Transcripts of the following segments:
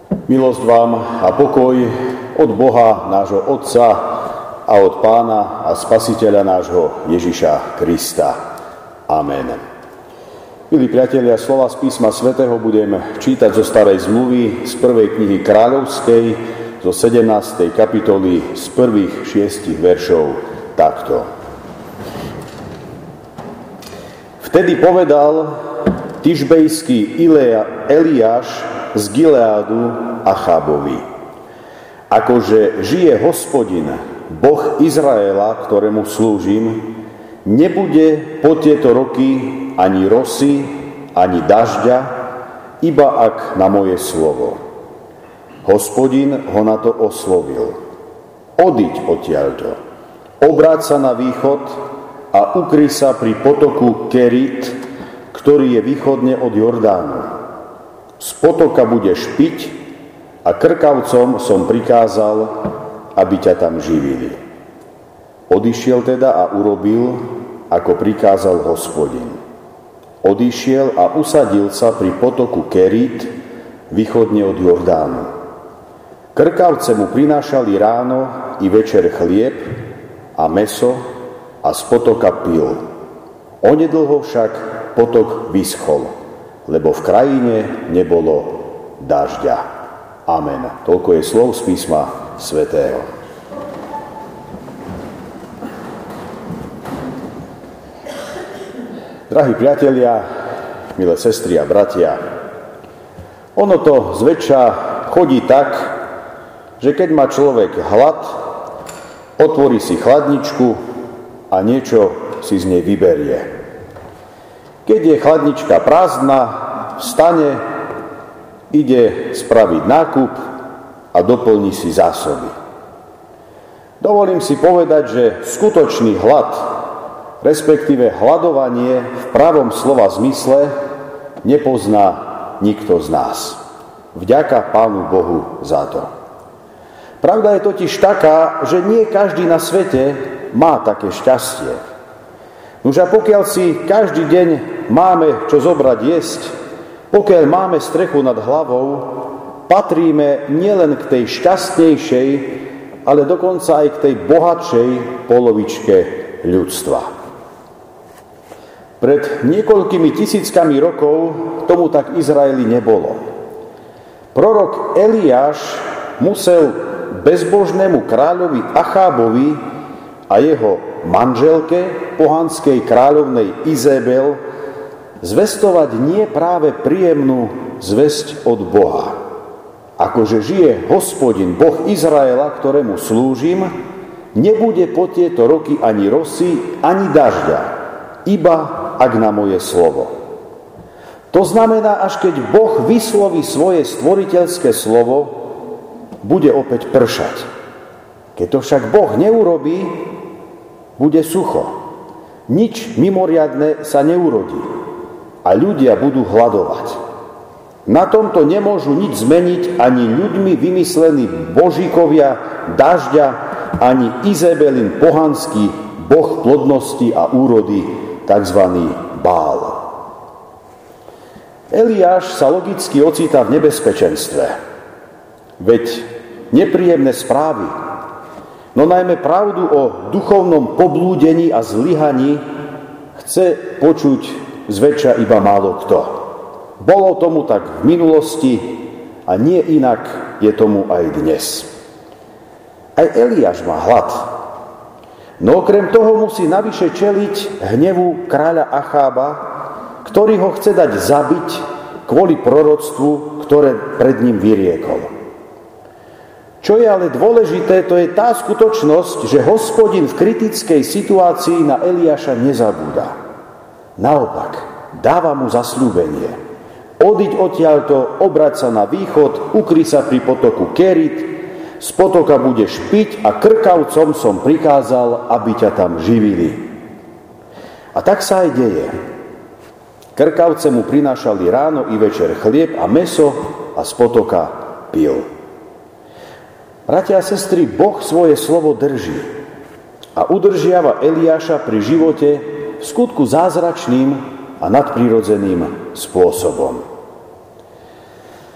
Milosť vám a pokoj od Boha, nášho Otca a od Pána a Spasiteľa nášho Ježiša Krista. Amen. Milí priatelia, slova z písma svätého budem čítať zo Starej zmluvy z prvej knihy Kráľovskej, zo 17. kapitoly z prvých 6 veršov takto. Vtedy povedal tišbejský Eliáš z Gileádu Achábovi: akože žije Hospodin, Boh Izraela, ktorému slúžim, nebude po tieto roky ani rosy, ani dažďa, iba ak na moje slovo. Hospodin ho na to oslovil: odiď odtiaľto, obráť sa na východ a ukry sa pri potoku Kerit, ktorý je východne od Jordánu. Z potoka budeš piť a krkavcom som prikázal, aby ťa tam živili. Odišiel teda a urobil, ako prikázal Hospodin. Odišiel a usadil sa pri potoku Kerit, východne od Jordánu. Krkavce mu prinášali ráno i večer chlieb a mäso a z potoka pil. Onedlho však potok vyschol, lebo v krajine nebolo dažďa. Amen. Toľko je slov z písma svätého. Drahí priatelia, milé sestry a bratia, ono to zväčša chodí tak, že keď má človek hlad, otvorí si chladničku a niečo si z nej vyberie. Keď je chladnička prázdna, vstane, ide spraviť nákup a doplní si zásoby. Dovolím si povedať, že skutočný hlad, respektíve hladovanie v pravom slova zmysle, nepozná nikto z nás. Vďaka Pánu Bohu za to. Pravda je totiž taká, že nie každý na svete má také šťastie. Nuž a pokiaľ si každý deň máme čo zobrať jesť, pokiaľ máme strechu nad hlavou, patríme nielen k tej šťastnejšej, ale dokonca aj k tej bohatšej polovičke ľudstva. Pred niekoľkými tisíckami rokov tomu tak v Izraeli nebolo. Prorok Eliáš musel bezbožnému kráľovi Achábovi a jeho manželke, pohanskej kráľovnej Izabel, zvestovať nie práve príjemnú zvesť od Boha. Akože žije Hospodin, Boh Izraela, ktorému slúžim, nebude po tieto roky ani rosy, ani dažďa, iba ak na moje slovo. To znamená, až keď Boh vysloví svoje stvoriteľské slovo, bude opäť pršať. Keď to však Boh neurobí, bude sucho. Nič mimoriadne sa neurodí a ľudia budú hladovať. Na tomto nemôžu nič zmeniť ani ľuďmi vymyslení božíkovia dažďa, ani Izabelin pohanský boh plodnosti a úrody, tzv. Bál. Eliáš sa logicky ocitá v nebezpečenstve. Veď nepríjemné správy, no najmä pravdu o duchovnom poblúdení a zlyhaní chce počuť zväčša iba málo kto. Bolo tomu tak v minulosti a nie inak je tomu aj dnes. Aj Eliáš má hlad. No okrem toho musí navyše čeliť hnevu kráľa Achába, ktorý ho chce dať zabiť kvôli proroctvu, ktoré pred ním vyriekol. Čo je ale dôležité, to je tá skutočnosť, že Hospodin v kritickej situácii na Eliáša nezabúda. Naopak, dáva mu zasľúbenie. Odiď odtiaľto, obrať sa na východ, ukry sa pri potoku Kerit, z potoka budeš piť a krkavcom som prikázal, aby ťa tam živili. A tak sa aj deje. Krkavce mu prinášali ráno i večer chlieb a mäso a z potoka pil. Bratia a sestry, Boh svoje slovo drží a udržiava Eliáša pri živote v skutku zázračným a nadprirodzeným spôsobom.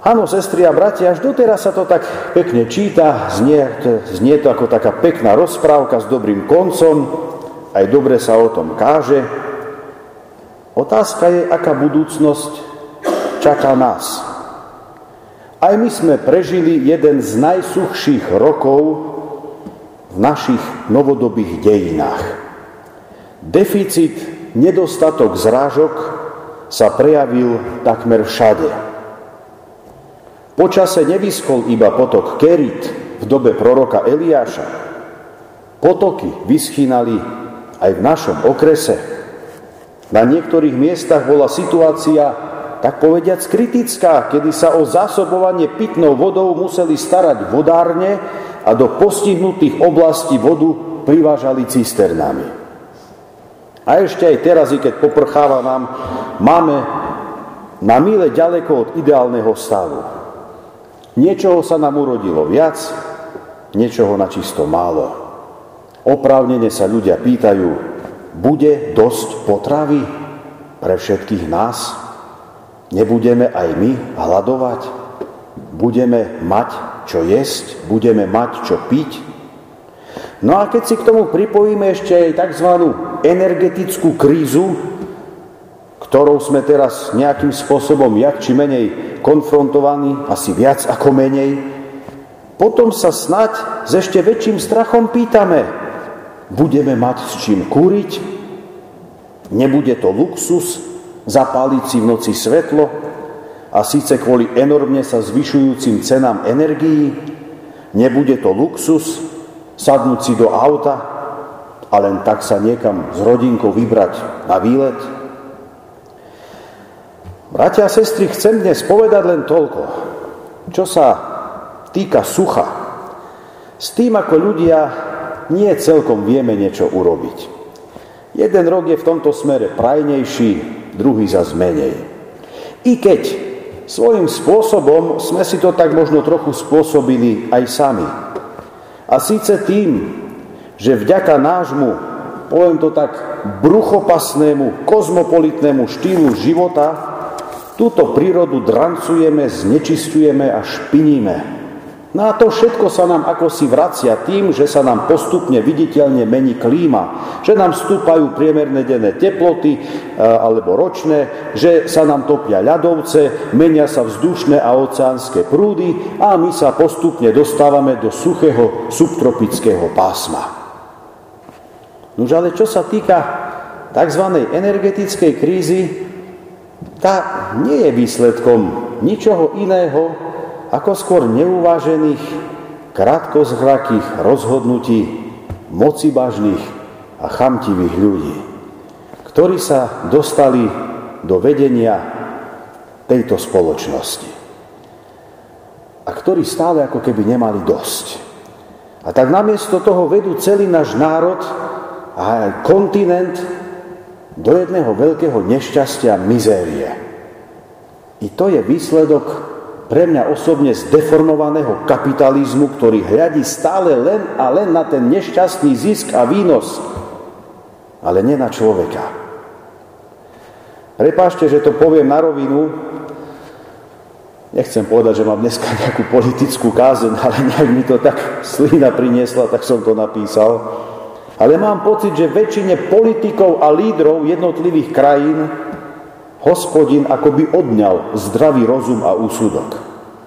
Áno, sestry a bratia, až doteraz sa to tak pekne číta, znie to ako taká pekná rozprávka s dobrým koncom, aj dobre sa o tom káže. Otázka je, aká budúcnosť čaká nás. Aj my sme prežili jeden z najsuchších rokov v našich novodobých dejinách. Deficit, nedostatok zrážok sa prejavil takmer všade. Počase nevyschol iba potok Kerit v dobe proroka Eliáša. Potoky vyschynali aj v našom okrese. Na niektorých miestach bola situácia, tak povediac, kritická, kedy sa o zásobovanie pitnou vodou museli starať vodárne a do postihnutých oblastí vodu privážali cisternami. A ešte aj teraz, i keď poprcháva nám, máme na míle ďaleko od ideálneho stavu. Niečoho sa nám urodilo viac, niečoho načisto málo. Oprávnene sa ľudia pýtajú, bude dosť potravy pre všetkých nás? Nebudeme aj my hladovať? Budeme mať čo jesť? Budeme mať čo piť? No a keď si k tomu pripojíme ešte aj tzv. Energetickú krízu, ktorou sme teraz nejakým spôsobom jak či menej konfrontovaní, asi viac ako menej, potom sa snáď s ešte väčším strachom pýtame, budeme mať s čím kúriť? Nebude to luxus zapáliť si v noci svetlo a síce kvôli enormne sa zvyšujúcim cenám energií? Nebude to luxus sadnúť si do auta a len tak sa niekam s rodinkou vybrať na výlet? Bratia a sestry, chcem dnes povedať len toľko, čo sa týka sucha. S tým, ako ľudia nie celkom vieme niečo urobiť. Jeden rok je v tomto smere prajnejší, druhý zas menej. I keď svojím spôsobom sme si to tak možno trochu spôsobili aj sami. A síce tým, že vďaka nášmu, poviem to tak, bruchopasnému, kozmopolitnému štýlu života túto prírodu drancujeme, znečisťujeme a špiníme. No a to všetko sa nám akosi vracia tým, že sa nám postupne viditeľne mení klíma, že nám stúpajú priemerné denné teploty alebo ročné, že sa nám topia ľadovce, menia sa vzdušné a oceánske prúdy a my sa postupne dostávame do suchého subtropického pásma. Nož ale čo sa týka tzv. Energetickej krízy, tá nie je výsledkom ničoho iného, ako skôr neuvážených, krátkozrakých rozhodnutí mocibažných a chamtivých ľudí, ktorí sa dostali do vedenia tejto spoločnosti a ktorí stále ako keby nemali dosť. A tak namiesto toho vedú celý náš národ a aj kontinent do jedného veľkého nešťastia, mizérie. I to je výsledok pre mňa osobne zdeformovaného kapitalizmu, ktorý hľadí stále len a len na ten nešťastný zisk a výnos, ale nie na človeka. Prepáčte, že to poviem na rovinu. Nechcem povedať, že mám dneska nejakú politickú kázeň, ale nejak mi to tak slina priniesla, tak som to napísal. Ale mám pocit, že väčšine politikov a lídrov jednotlivých krajín Hospodin akoby odňal zdravý rozum a úsudok.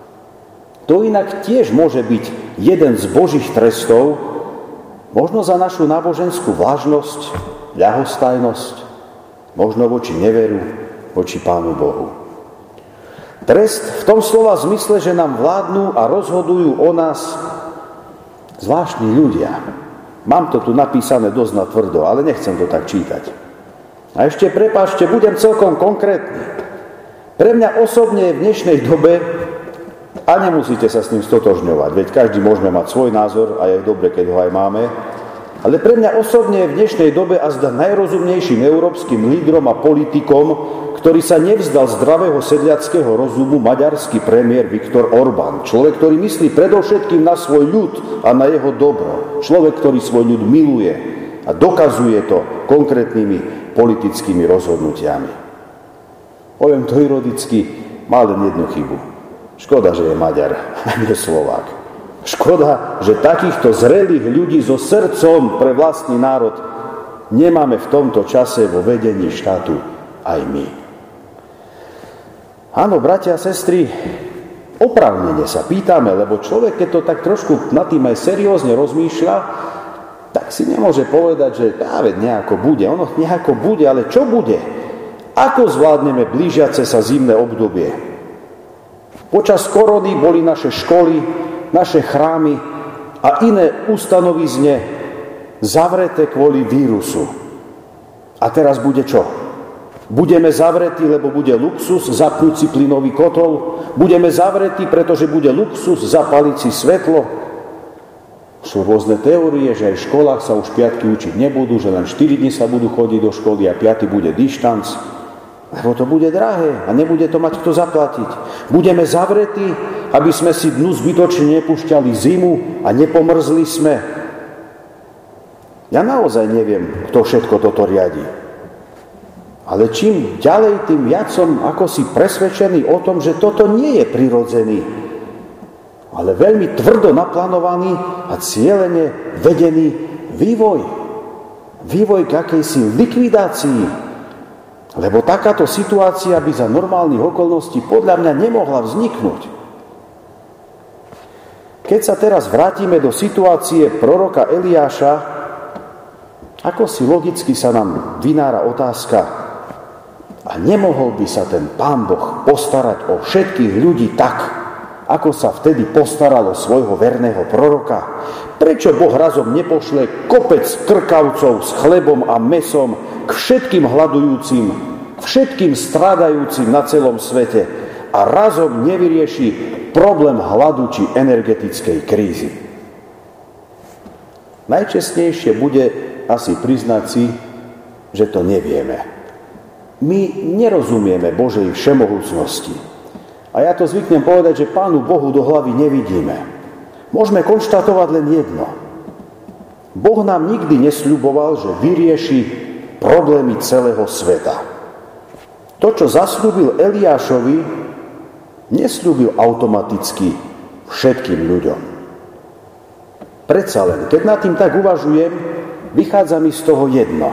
To inak tiež môže byť jeden z Božích trestov, možno za našu náboženskú vážnosť, ľahostajnosť, možno voči neveru, voči Pánu Bohu. Trest v tom slova zmysle, že nám vládnu a rozhodujú o nás zvláštni ľudia. Mám to tu napísané dosť natvrdo, ale nechcem to tak čítať. A ešte prepáčte, budem celkom konkrétny. Pre mňa osobne v dnešnej dobe, a nemusíte sa s ním stotožňovať, veď každý môžeme mať svoj názor a je dobre, keď ho aj máme, ale pre mňa osobne v dnešnej dobe a zda najrozumnejším európskym lídrom a politikom, ktorý sa nevzdal zdravého sedliackého rozumu, maďarský premiér Viktor Orbán. Človek, ktorý myslí predovšetkým na svoj ľud a na jeho dobro. Človek, ktorý svoj ľud miluje a dokazuje to konkrétnymi politickými rozhodnutiami. Poviem to ironicky, má len jednu chybu. Škoda, že je Maďar, a nie Slovák. Škoda, že takýchto zrelých ľudí so srdcom pre vlastný národ nemáme v tomto čase vo vedení štátu aj my. Áno, bratia a sestry, oprávnene sa pýtame, lebo človek, keď to tak trošku nad tým aj seriózne rozmýšľa, tak si nemôže povedať, že nejako bude. Ono nejako bude, ale čo bude? Ako zvládneme blížiace sa zimné obdobie? Počas korony boli naše školy, naše chrámy a iné ustanovizne zavreté kvôli vírusu. A teraz bude čo? Budeme zavretí, lebo bude luxus zapnúť si plynový kotol? Budeme zavretí, pretože bude luxus zapaliť si svetlo? Sú rôzne teórie, že aj v školách sa už piatky učiť nebudú, že len 4 dni sa budú chodiť do školy a 5. bude dištanc. Lebo to bude drahé a nebude to mať kto zaplatiť. Budeme zavretí, aby sme si dnu zbytočne nepúšťali zimu a nepomrzli sme. Ja naozaj neviem, kto všetko toto riadi. Ale čím ďalej, tým viac som ako si presvedčený o tom, že toto nie je prirodzený, ale veľmi tvrdo naplánovaný a cielene vedený vývoj. Vývoj k akejsi likvidácii. Lebo takáto situácia by za normálnych okolností podľa mňa nemohla vzniknúť. Keď sa teraz vrátime do situácie proroka Eliáša, ako si logicky sa nám vynára otázka, a nemohol by sa ten Pán Boh postarať o všetkých ľudí tak, ako sa vtedy postaral o svojho verného proroka? Prečo Boh razom nepošle kopec krkavcov s chlebom a mesom k všetkým hladujúcim, všetkým strádajúcim na celom svete a razom nevyrieši problém hladu či energetickej krízy? Najčestnejšie bude asi priznať si, že to nevieme. My nerozumieme Božej všemohúcnosti. A ja to zvyknem povedať, že Pánu Bohu do hlavy nevidíme. Môžeme konštatovať len jedno. Boh nám nikdy nesľuboval, že vyrieši problémy celého sveta. To, čo zasľúbil Eliášovi, nesľúbil automaticky všetkým ľuďom. Predsa len, keď nad tým tak uvažujem, vychádza mi z toho jedno.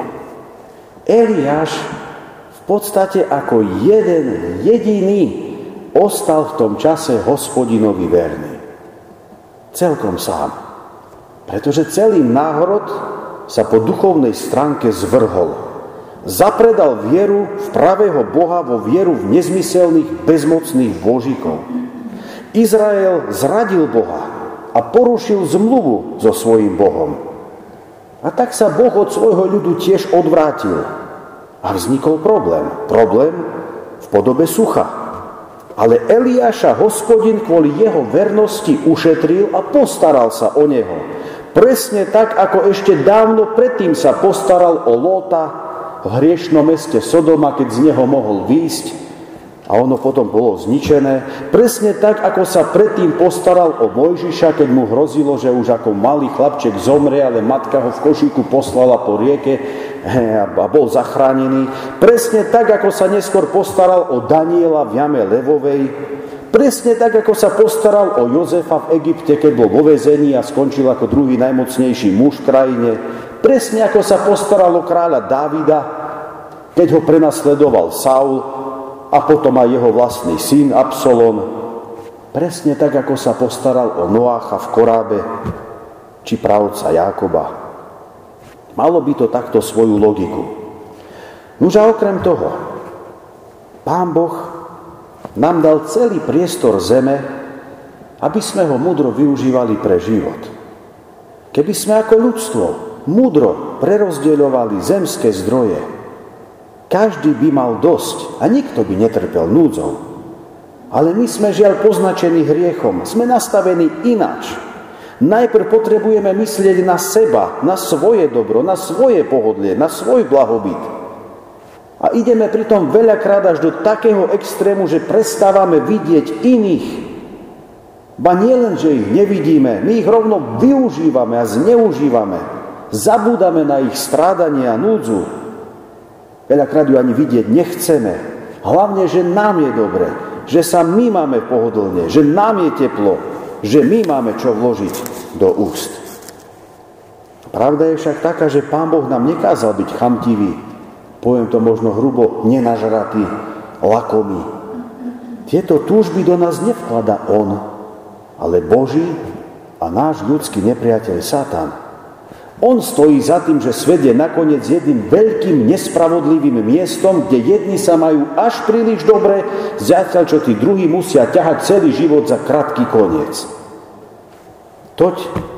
Eliáš v podstate ako jeden jediný ostal v tom čase Hospodinovi verný. Celkom sám. Pretože celý národ sa po duchovnej stránke zvrhol. Zapredal vieru v pravého Boha vo vieru v nezmyselných, bezmocných božíkov. Izrael zradil Boha a porušil zmluvu so svojím Bohom. A tak sa Boh od svojho ľudu tiež odvrátil. A vznikol problém. Problém v podobe sucha. Ale Eliáša Hospodin kvôli jeho vernosti ušetril a postaral sa o neho. Presne tak, ako ešte dávno predtým sa postaral o Lóta v hriešnom meste Sodoma, keď z neho mohol výjsť a ono potom bolo zničené. Presne tak, ako sa predtým postaral o Mojžiša, keď mu hrozilo, že už ako malý chlapček zomrie, ale matka ho v košíku poslala po rieke a bol zachránený. Presne tak, ako sa neskôr postaral o Daniela v jame levovej. Presne tak, ako sa postaral o Jozefa v Egypte, keď bol vo väzení a skončil ako druhý najmocnejší muž v krajine. Presne ako sa postaral o kráľa Dávida, keď ho prenasledoval Saul a potom aj jeho vlastný syn Absalom. Presne tak, ako sa postaral o Noácha v korábe či pravca Jákoba. Malo by to takto svoju logiku. Nuž a okrem toho, Pán Boh nám dal celý priestor zeme, aby sme ho múdro využívali pre život. Keby sme ako ľudstvo múdro prerozdeľovali zemské zdroje, každý by mal dosť a nikto by netrpel núdzou. Ale my sme žiaľ poznačení hriechom, sme nastavení ináč. Najprv potrebujeme myslieť na seba, na svoje dobro, na svoje pohodlie, na svoj blahobyt. A ideme pritom veľakrát až do takého extrému, že prestávame vidieť iných. Ba nie len, že ich nevidíme, my ich rovno využívame a zneužívame. Zabúdame na ich strádanie a núdzu. Veľakrát ju ani vidieť nechceme. Hlavne, že nám je dobre. že sa my máme pohodlne, že nám je teplo, že my máme čo vložiť do úst. Pravda je však taká, že Pán Boh nám nekázal byť chamtivý, poviem to možno hrubo, nenažratý, lakomý. Tieto túžby do nás nevklada On, ale Boží a náš ľudský nepriateľ Satan. On stojí za tým, že svet je nakoniec jedným veľkým nespravodlivým miestom, kde jedni sa majú až príliš dobre, zatiaľ čo tí druhí musia ťahať celý život za krátky koniec. Toť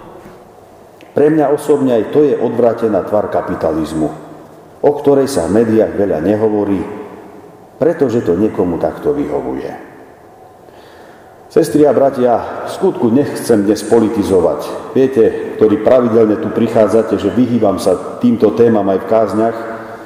pre mňa osobne aj to je odvrátená tvár kapitalizmu, o ktorej sa v médiách veľa nehovorí, pretože to niekomu takto vyhovuje. Sestri a bratia, v skutku nechcem dnes politizovať. Viete, ktorí pravidelne tu prichádzate, že vyhýbam sa týmto témam aj v kázniach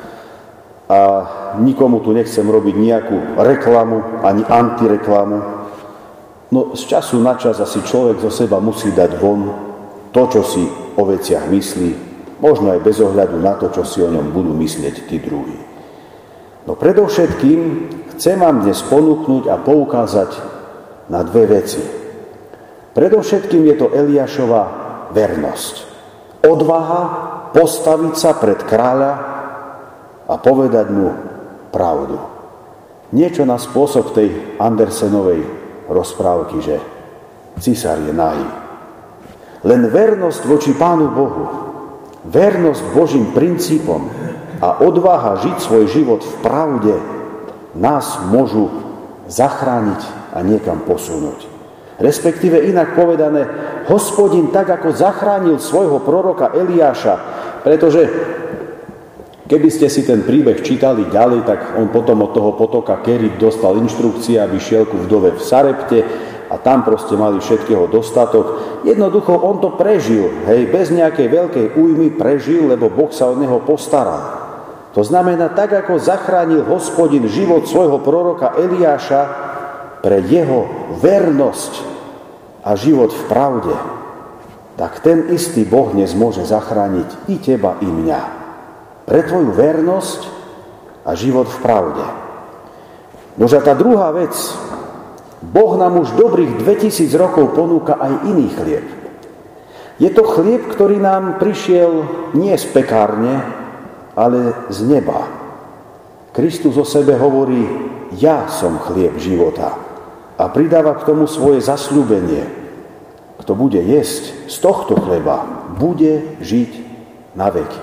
a nikomu tu nechcem robiť nejakú reklamu, ani antireklamu. No z času na čas asi človek zo seba musí dať von to, čo si o veciach myslí, možno aj bez ohľadu na to, čo si o ňom budú myslieť tí druhí. No predovšetkým chcem vám dnes ponúknuť a poukázať na dve veci. Predovšetkým je to Eliášova vernosť. Odvaha postaviť sa pred kráľa a povedať mu pravdu. Niečo na spôsob tej Andersenovej rozprávky, že cisár je nahý. Len vernosť voči Pánu Bohu, vernosť Božím princípom a odvaha žiť svoj život v pravde nás môžu zachrániť a niekam posunúť. Respektíve inak povedané, Hospodin tak ako zachránil svojho proroka Eliáša, pretože keby ste si ten príbeh čítali ďalej, tak on potom od toho potoka Kerit dostal inštrukcie, aby šiel ku vdove v Sarepte a tam proste mali všetkého dostatok. Jednoducho on to prežil, bez nejakej veľkej újmy prežil, lebo Boh sa o neho postaral. To znamená, tak ako zachránil Hospodin život svojho proroka Eliáša pre jeho vernosť a život v pravde, tak ten istý Boh dnes môže zachrániť i teba, i mňa. Pre tvoju vernosť a život v pravde. Nože tá druhá vec, Boh nám už dobrých 2000 rokov ponúka aj iný chlieb. Je to chlieb, ktorý nám prišiel nie z pekárne, ale z neba. Kristus o sebe hovorí, ja som chlieb života. A pridáva k tomu svoje zasľúbenie. Kto bude jesť z tohto chleba, bude žiť na veky.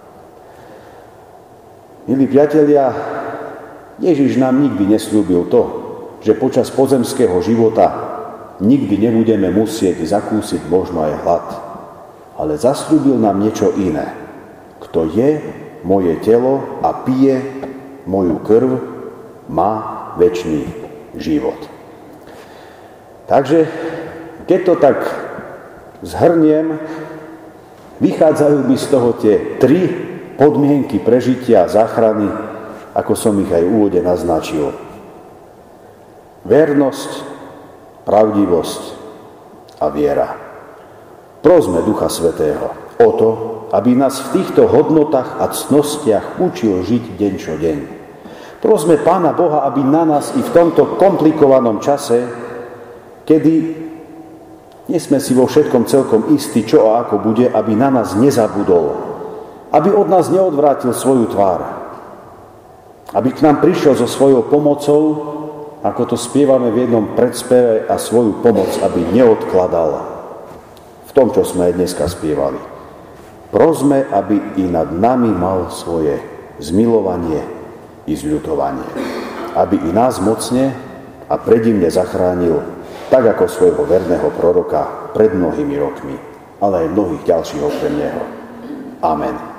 Milí priatelia, Ježiš nám nikdy nesľúbil to, že počas pozemského života nikdy nebudeme musieť zakúsiť možno aj hlad. Ale zasľúbil nám niečo iné. Kto je moje telo a pije moju krv, má večný život. Takže, keď to tak zhrniem, vychádzajú by z toho tie tri podmienky prežitia a záchrany, ako som ich aj v úvode naznačil. Vernosť, pravdivosť a viera. Prosme Ducha Svätého o to, aby nás v týchto hodnotách a cnostiach učil žiť deň čo deň. Prosme Pána Boha, aby na nás i v tomto komplikovanom čase, kedy nie sme si vo všetkom celkom istí, čo a ako bude, aby na nás nezabudol. Aby od nás neodvrátil svoju tvár. Aby k nám prišiel so svojou pomocou, ako to spievame v jednom predspeve, a svoju pomoc, aby neodkladal. V tom, čo sme dneska spievali. Prosme, aby i nad nami mal svoje zmilovanie i zľutovanie. Aby i nás mocne a predivne zachránil, tak ako svojho verného proroka pred mnohými rokmi, ale aj mnohých ďalších okrem neho. Amen.